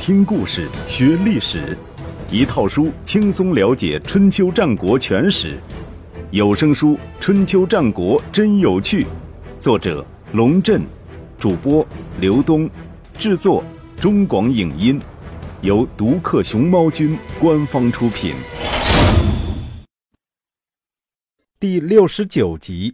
听故事学历史，一套书轻松了解春秋战国全史。有声书《春秋战国真有趣》，作者龙震，主播刘东，制作中广影音，由独克熊猫君官方出品。第69集。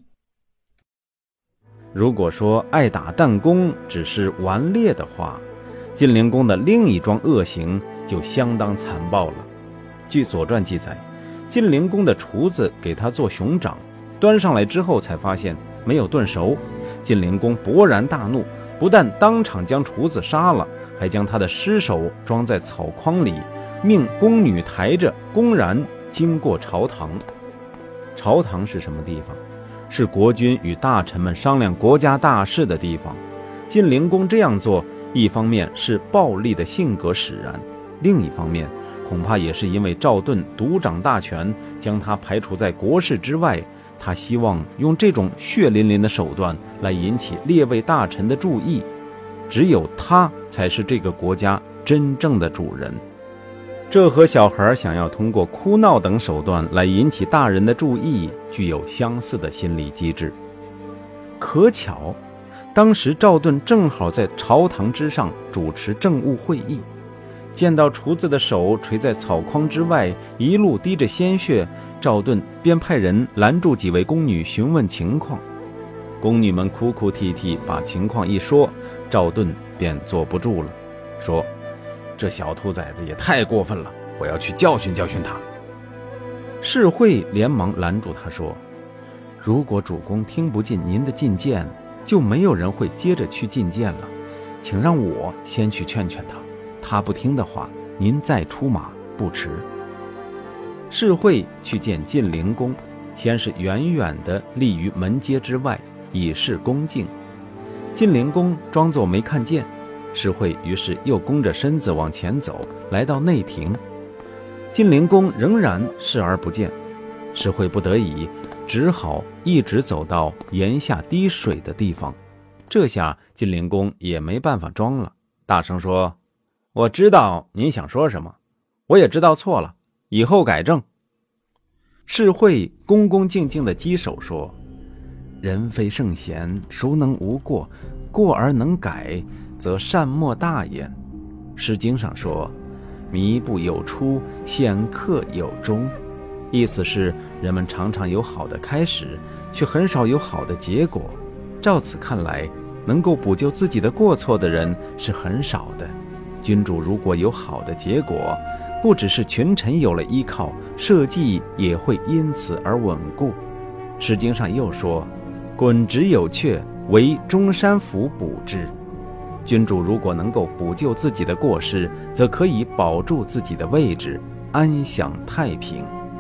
如果说爱打弹弓只是顽劣的话，晋灵公的另一桩恶行就相当残暴了。据《左传》记载，晋灵公的厨子给他做熊掌，端上来之后才发现没有炖熟。晋灵公勃然大怒，不但当场将厨子杀了，还将他的尸首装在草筐里，命宫女抬着公然经过朝堂。朝堂是什么地方？是国君与大臣们商量国家大事的地方。晋灵公这样做，一方面是暴力的性格使然，另一方面恐怕也是因为赵盾独掌大权，将他排除在国事之外，他希望用这种血淋淋的手段来引起列位大臣的注意，只有他才是这个国家真正的主人。这和小孩想要通过哭闹等手段来引起大人的注意具有相似的心理机制。可巧当时赵盾正好在朝堂之上主持政务会议，见到厨子的手垂在草筐之外，一路滴着鲜血，赵盾便派人拦住几位宫女询问情况。宫女们哭哭啼啼把情况一说，赵盾便坐不住了，说：这小兔崽子也太过分了，我要去教训教训他。士会连忙拦住他说：如果主公听不进您的进谏，就没有人会接着去进谏了，请让我先去劝劝他，他不听的话，您再出马不迟。士会去见晋灵公，先是远远地立于门阶之外，以示恭敬。晋灵公装作没看见，士会于是又弓着身子往前走，来到内庭。晋灵公仍然视而不见，士会不得已只好一直走到檐下滴水的地方。这下晋灵公也没办法装了，大声说：我知道您想说什么，我也知道错了，以后改正。士会恭恭敬敬地稽首说：人非圣贤，孰能无过？过而能改，则善莫大焉。诗经上说：靡不有初，显克有终。意思是人们常常有好的开始，却很少有好的结果。照此看来，能够补救自己的过错的人是很少的。君主如果有好的结果，不只是群臣有了依靠，社稷也会因此而稳固。诗经上又说：滚直有阙，惟中山府补之。君主如果能够补救自己的过失，则可以保住自己的位置，安享太平。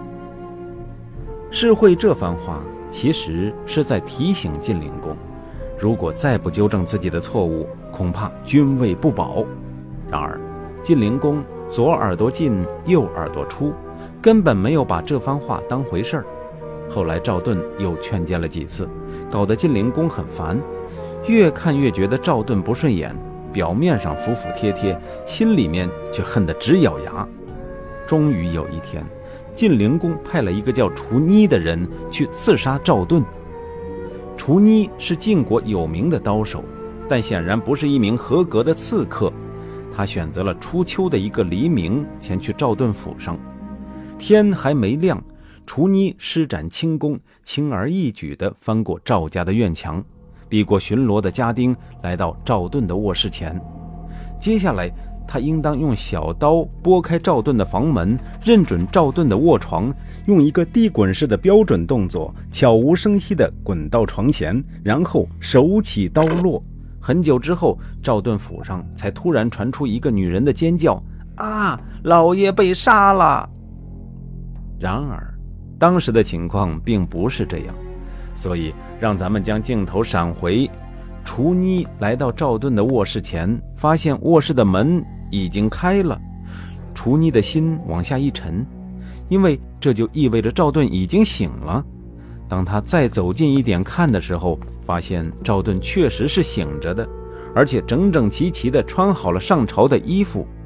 士会这番话其实是在提醒晋灵公，如果再不纠正自己的错误，恐怕君位不保。然而晋灵公左耳朵进右耳朵出，根本没有把这番话当回事儿。后来赵盾又劝谏了几次，搞得晋灵公很烦，越看越觉得赵盾不顺眼，表面上服服帖帖，心里面却恨得直咬牙。终于有一天，晋灵公派了一个叫厨妮的人去刺杀赵盾。厨妮是晋国有名的刀手，但显然不是一名合格的刺客。他选择了初秋的一个黎明前去赵盾府上。天还没亮，厨妮施展轻功，轻而易举地翻过赵家的院墙，避过巡逻的家丁，来到赵盾的卧室前。接下来他应当用小刀拨开赵盾的房门，认准赵盾的卧床，用一个地滚式的标准动作，悄无声息地滚到床前，然后手起刀落。很久之后，赵盾府上才突然传出一个女人的尖叫：啊，老爷被杀了！然而当时的情况并不是这样，所以让咱们将镜头闪回，厨妮来到赵盾的卧室前，发现卧室的门已经开了。厨妮的心往下一沉，因为这就意味着赵盾已经醒了。当他再走近一点看的时候，发现赵盾确实是醒着的，而且整整齐齐地穿好了上朝的衣服。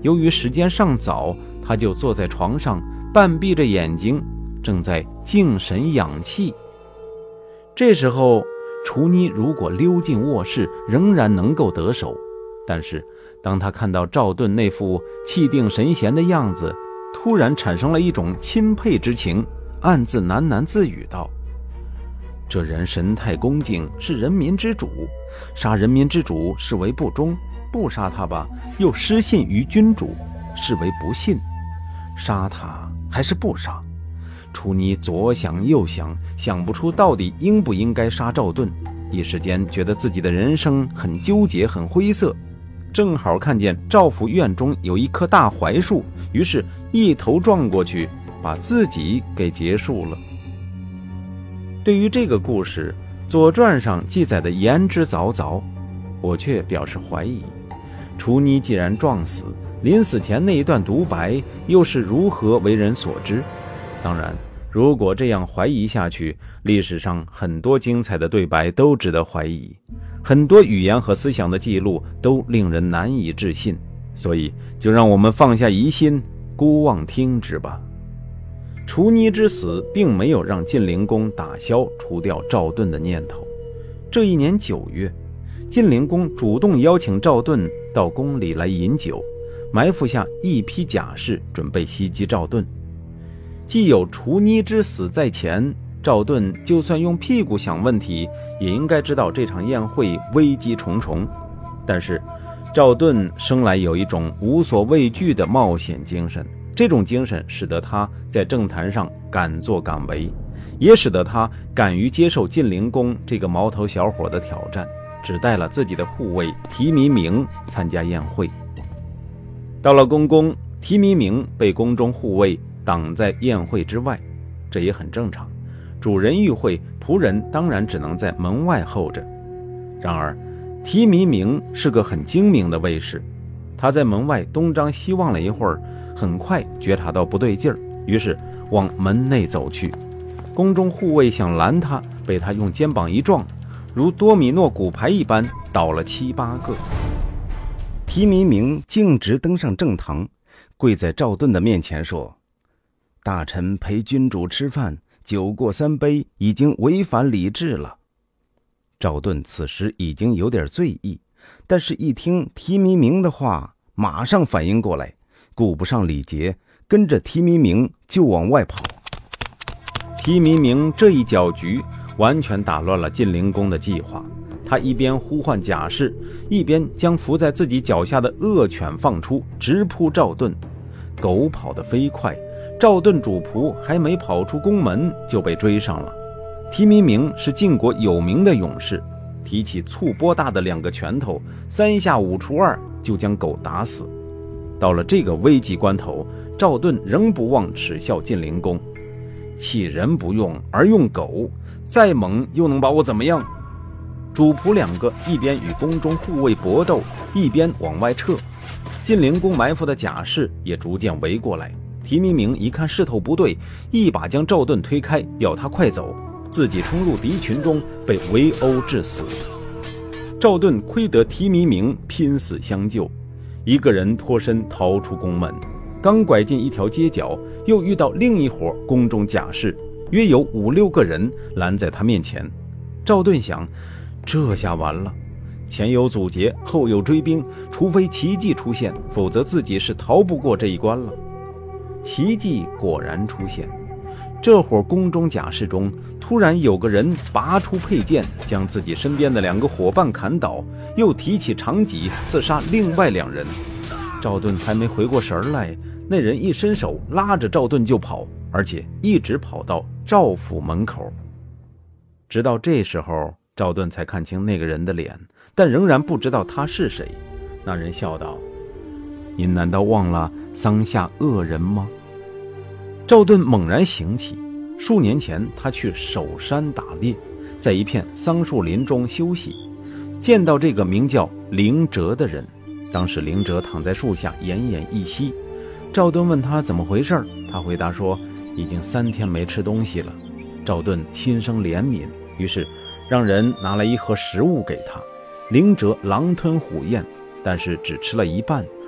由于时间尚早，他就坐在床上，半闭着眼睛，正在静神养气。这时候楚妮如果溜进卧室，仍然能够得手，但是当他看到赵盾那副气定神闲的样子，突然产生了一种钦佩之情，暗自喃喃自语道：这人神态恭敬，是人民之主，杀人民之主是为不忠，不杀他吧，又失信于君主，是为不信，杀他还是不杀？楚妮左想右想，想不出到底应不应该杀赵盾，一时间觉得自己的人生很纠结，很灰色。正好看见赵府院中有一棵大槐树，于是一头撞过去，把自己给结束了。对于这个故事，《左传》上记载的言之凿凿，我却表示怀疑。楚妮既然撞死，临死前那一段独白又是如何为人所知？当然，如果这样怀疑下去，历史上很多精彩的对白都值得怀疑，很多语言和思想的记录都令人难以置信，所以就让我们放下疑心，姑妄听之吧。楚妮之死并没有让晋灵公打消除掉赵盾的念头。这一年9月，晋灵公主动邀请赵盾到宫里来饮酒，埋伏下一批甲士，准备袭击赵盾。既有楚妮之死在前，赵盾就算用屁股想问题，也应该知道这场宴会危机重重。但是赵盾生来有一种无所畏惧的冒险精神，这种精神使得他在政坛上敢作敢为，也使得他敢于接受晋灵公这个毛头小伙的挑战，只带了自己的护卫提弥明参加宴会。到了宫宫，提弥明被宫中护卫挡在宴会之外，这也很正常，主人与会，仆人当然只能在门外候着。然而提弥明是个很精明的卫士，他在门外东张西望了一会儿，很快觉察到不对劲儿，于是往门内走去。宫中护卫想拦他，被他用肩膀一撞，如多米诺骨牌一般倒了7、8个。 提弥明径直登上正堂，跪在赵盾的面前说：大臣陪君主吃饭，酒过3杯，已经违反礼制了。赵盾此时已经有点醉意，但是一听提弥明的话，马上反应过来，顾不上礼节，跟着提弥明就往外跑。 提弥明这一搅局完全打乱了晋灵公的计划，他一边呼唤甲士，一边将伏在自己脚下的恶犬放出，直扑赵盾。狗跑得飞快，赵盾主仆还没跑出宫门就被追上了。提弥明是晋国有名的勇士，提起醋钵大的2个拳头，3下5除2就将狗打死。到了这个危急关头，赵盾仍不忘耻笑晋灵公：弃人不用而用狗，再猛又能把我怎么样？主仆2个一边与宫中护卫搏斗，一边往外撤。晋灵公埋伏的甲士也逐渐围过来。提弥明一看势头不对，一把将赵盾推开，要他快走，自己冲入敌群中，被围殴致死。赵盾亏得提弥明拼死相救，一个人脱身逃出宫门，刚拐进一条街角，又遇到另一伙宫中甲士，约有5、6个人拦在他面前。赵盾想，这下完了，前有阻截，后有追兵，除非奇迹出现，否则自己是逃不过这一关了。奇迹果然出现，这伙宫中甲士中突然有个人拔出佩剑，将自己身边的2个伙伴砍倒，又提起长戟刺杀另外2人。赵盾还没回过神来，那人一伸手拉着赵盾就跑，而且一直跑到赵府门口。直到这时候，赵盾才看清那个人的脸，但仍然不知道他是谁。那人笑道：您难道忘了桑下恶人吗？赵盾猛然醒起，数年前他去首山打猎，在一片桑树林中休息，见到这个名叫灵哲的人。当时灵哲躺在树下奄奄一息，赵盾问他怎么回事，他回答说已经3天没吃东西了。赵盾心生怜悯，于是让人拿来一盒食物给他。灵哲狼吞虎咽，但是只吃了一半，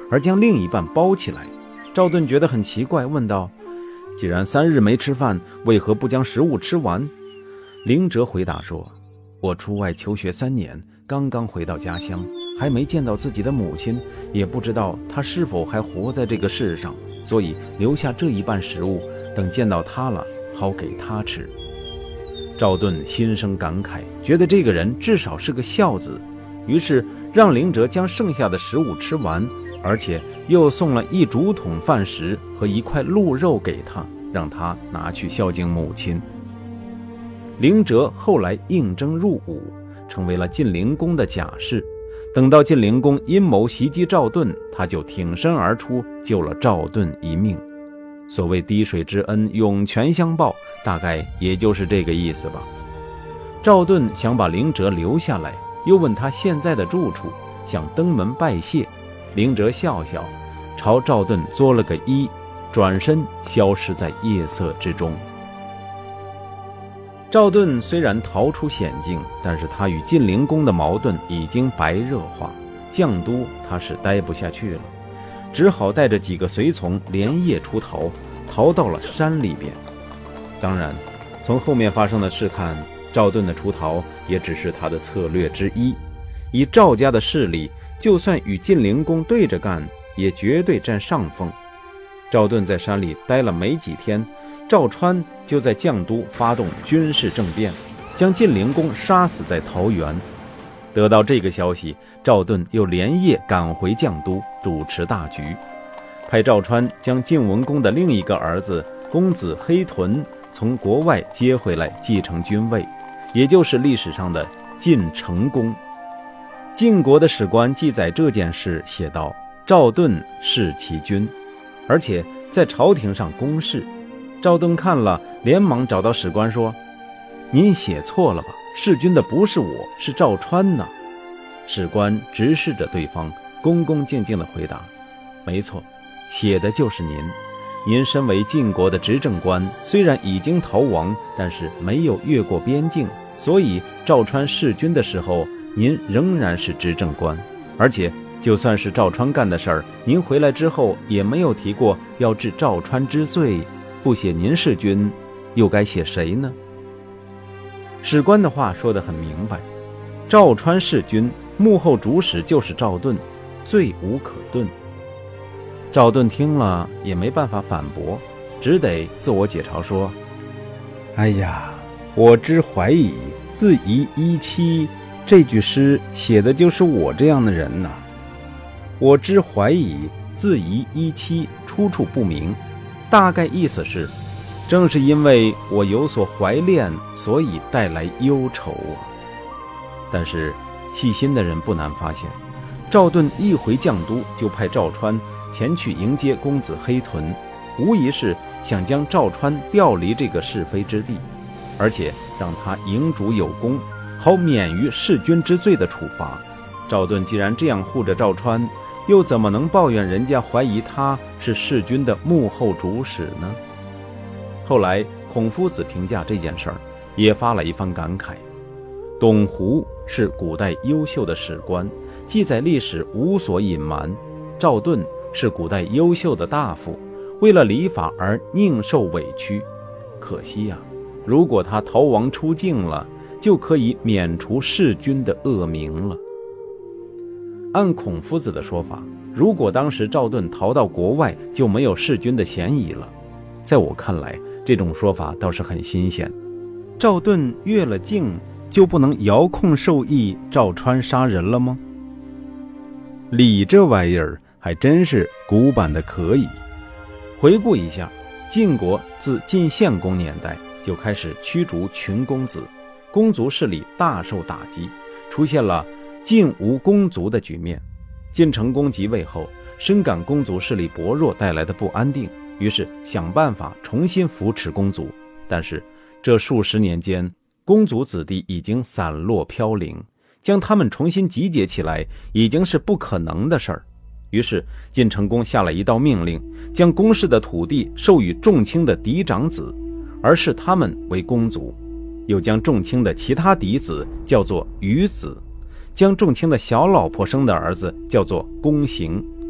而将另一半包起来。赵盾觉得很奇怪，问道：既然3日没吃饭，为何不将食物吃完？灵哲回答说：我出外求学3年，刚刚回到家乡，还没见到自己的母亲，也不知道她是否还活在这个世上，所以留下这一半食物，等见到她了，好给她吃。赵盾心生感慨，觉得这个人至少是个孝子，于是让灵哲将剩下的食物吃完，而且又送了1竹筒饭食和1块鹿肉给他，让他拿去孝敬母亲。灵哲后来应征入伍，成为了晋灵公的甲士。等到晋灵公阴谋袭击赵盾，他就挺身而出，救了赵盾一命。所谓滴水之恩，涌泉相报，大概也就是这个意思吧。赵盾想把灵哲留下来，又问他现在的住处，想登门拜谢。灵哲笑笑，朝赵盾作了个揖，转身消失在夜色之中。赵盾虽然逃出险境，但是他与晋灵公的矛盾已经白热化，绛都他是待不下去了，只好带着几个随从连夜出逃，逃到了山里边。当然，从后面发生的事看，赵盾的出逃也只是他的策略之一。以赵家的势力，就算与晋灵公对着干，也绝对占上风。赵盾在山里待了没几天，赵川就在绛都发动军事政变，将晋灵公杀死在桃园。得到这个消息，赵盾又连夜赶回绛都，主持大局，派赵川将晋文公的另一个儿子公子黑豚从国外接回来继承君位，也就是历史上的晋成公。晋国的史官记载这件事，写道：赵盾弑其君，而且在朝廷上公示。赵盾看了，连忙找到史官说：您写错了吧，弑君的不是我，是赵川呢。史官直视着对方，恭恭敬敬地回答：没错，写的就是您。您身为晋国的执政官，虽然已经逃亡，但是没有越过边境，所以赵川弑君的时候，您仍然是执政官。而且就算是赵川干的事儿，您回来之后也没有提过要治赵川之罪，不写您弑君，又该写谁呢？史官的话说得很明白，赵川弑君，幕后主使就是赵盾，罪无可遁。赵盾听了也没办法反驳，只得自我解嘲说：哎呀，我之怀矣，自遗一妻，这句诗写的就是我这样的人呐。我之怀矣，自遗一妻，出处不明，大概意思是，正是因为我有所怀恋，所以带来忧愁啊。但是细心的人不难发现，赵盾一回绛都就派赵川前去迎接公子黑豚，无疑是想将赵川调离这个是非之地，而且让他营主有功，好免于弑君之罪的处罚。赵盾既然这样护着赵川，又怎么能抱怨人家怀疑他是弑君的幕后主使呢？后来孔夫子评价这件事儿，也发了一番感慨：董狐是古代优秀的史官，记载历史无所隐瞒；赵盾是古代优秀的大夫，为了礼法而宁受委屈。可惜呀，如果他逃亡出境了，就可以免除弑君的恶名了。按孔夫子的说法，如果当时赵盾逃到国外，就没有弑君的嫌疑了。在我看来，这种说法倒是很新鲜。赵盾越了境，就不能遥控授意赵川杀人了吗？礼这玩意儿还真是古板的可以。回顾一下，晋国自晋献公年代就开始驱逐群公子，公族势力大受打击，出现了晋无公族的局面。晋成公即位后，深感公族势力薄弱带来的不安定，于是想办法重新扶持公族。但是这数十年间，公族子弟已经散落飘零，将他们重新集结起来已经是不可能的事儿。于是晋成公下了一道命令，将公室的土地授予众卿的嫡长子，而视他们为公族，又将众卿的其他嫡子叫做余子，将众卿的小老婆生的儿子叫做公行。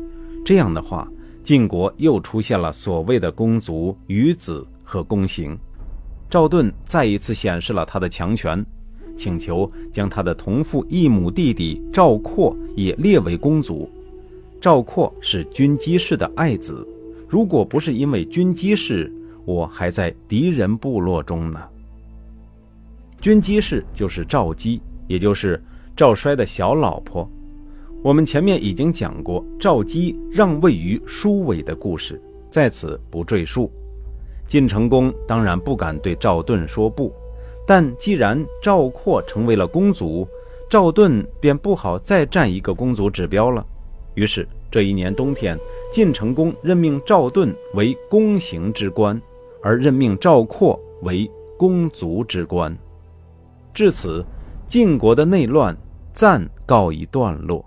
这样的话，晋国又出现了所谓的公族、余子和公行。赵盾再一次显示了他的强权，请求将他的同父异母弟弟赵括也列为公族。赵括是军机氏的爱子，如果不是因为军机氏，我还在敌人部落中呢。军机氏就是赵姬，也就是赵衰的小老婆。我们前面已经讲过赵姬让位于叔尾的故事，在此不赘述。晋成公当然不敢对赵盾说不，但既然赵括成为了公族，赵盾便不好再占一个公族指标了。于是这一年冬天，晋成公任命赵盾为公行之官，而任命赵括为公族之官。至此，晋国的内乱暂告一段落。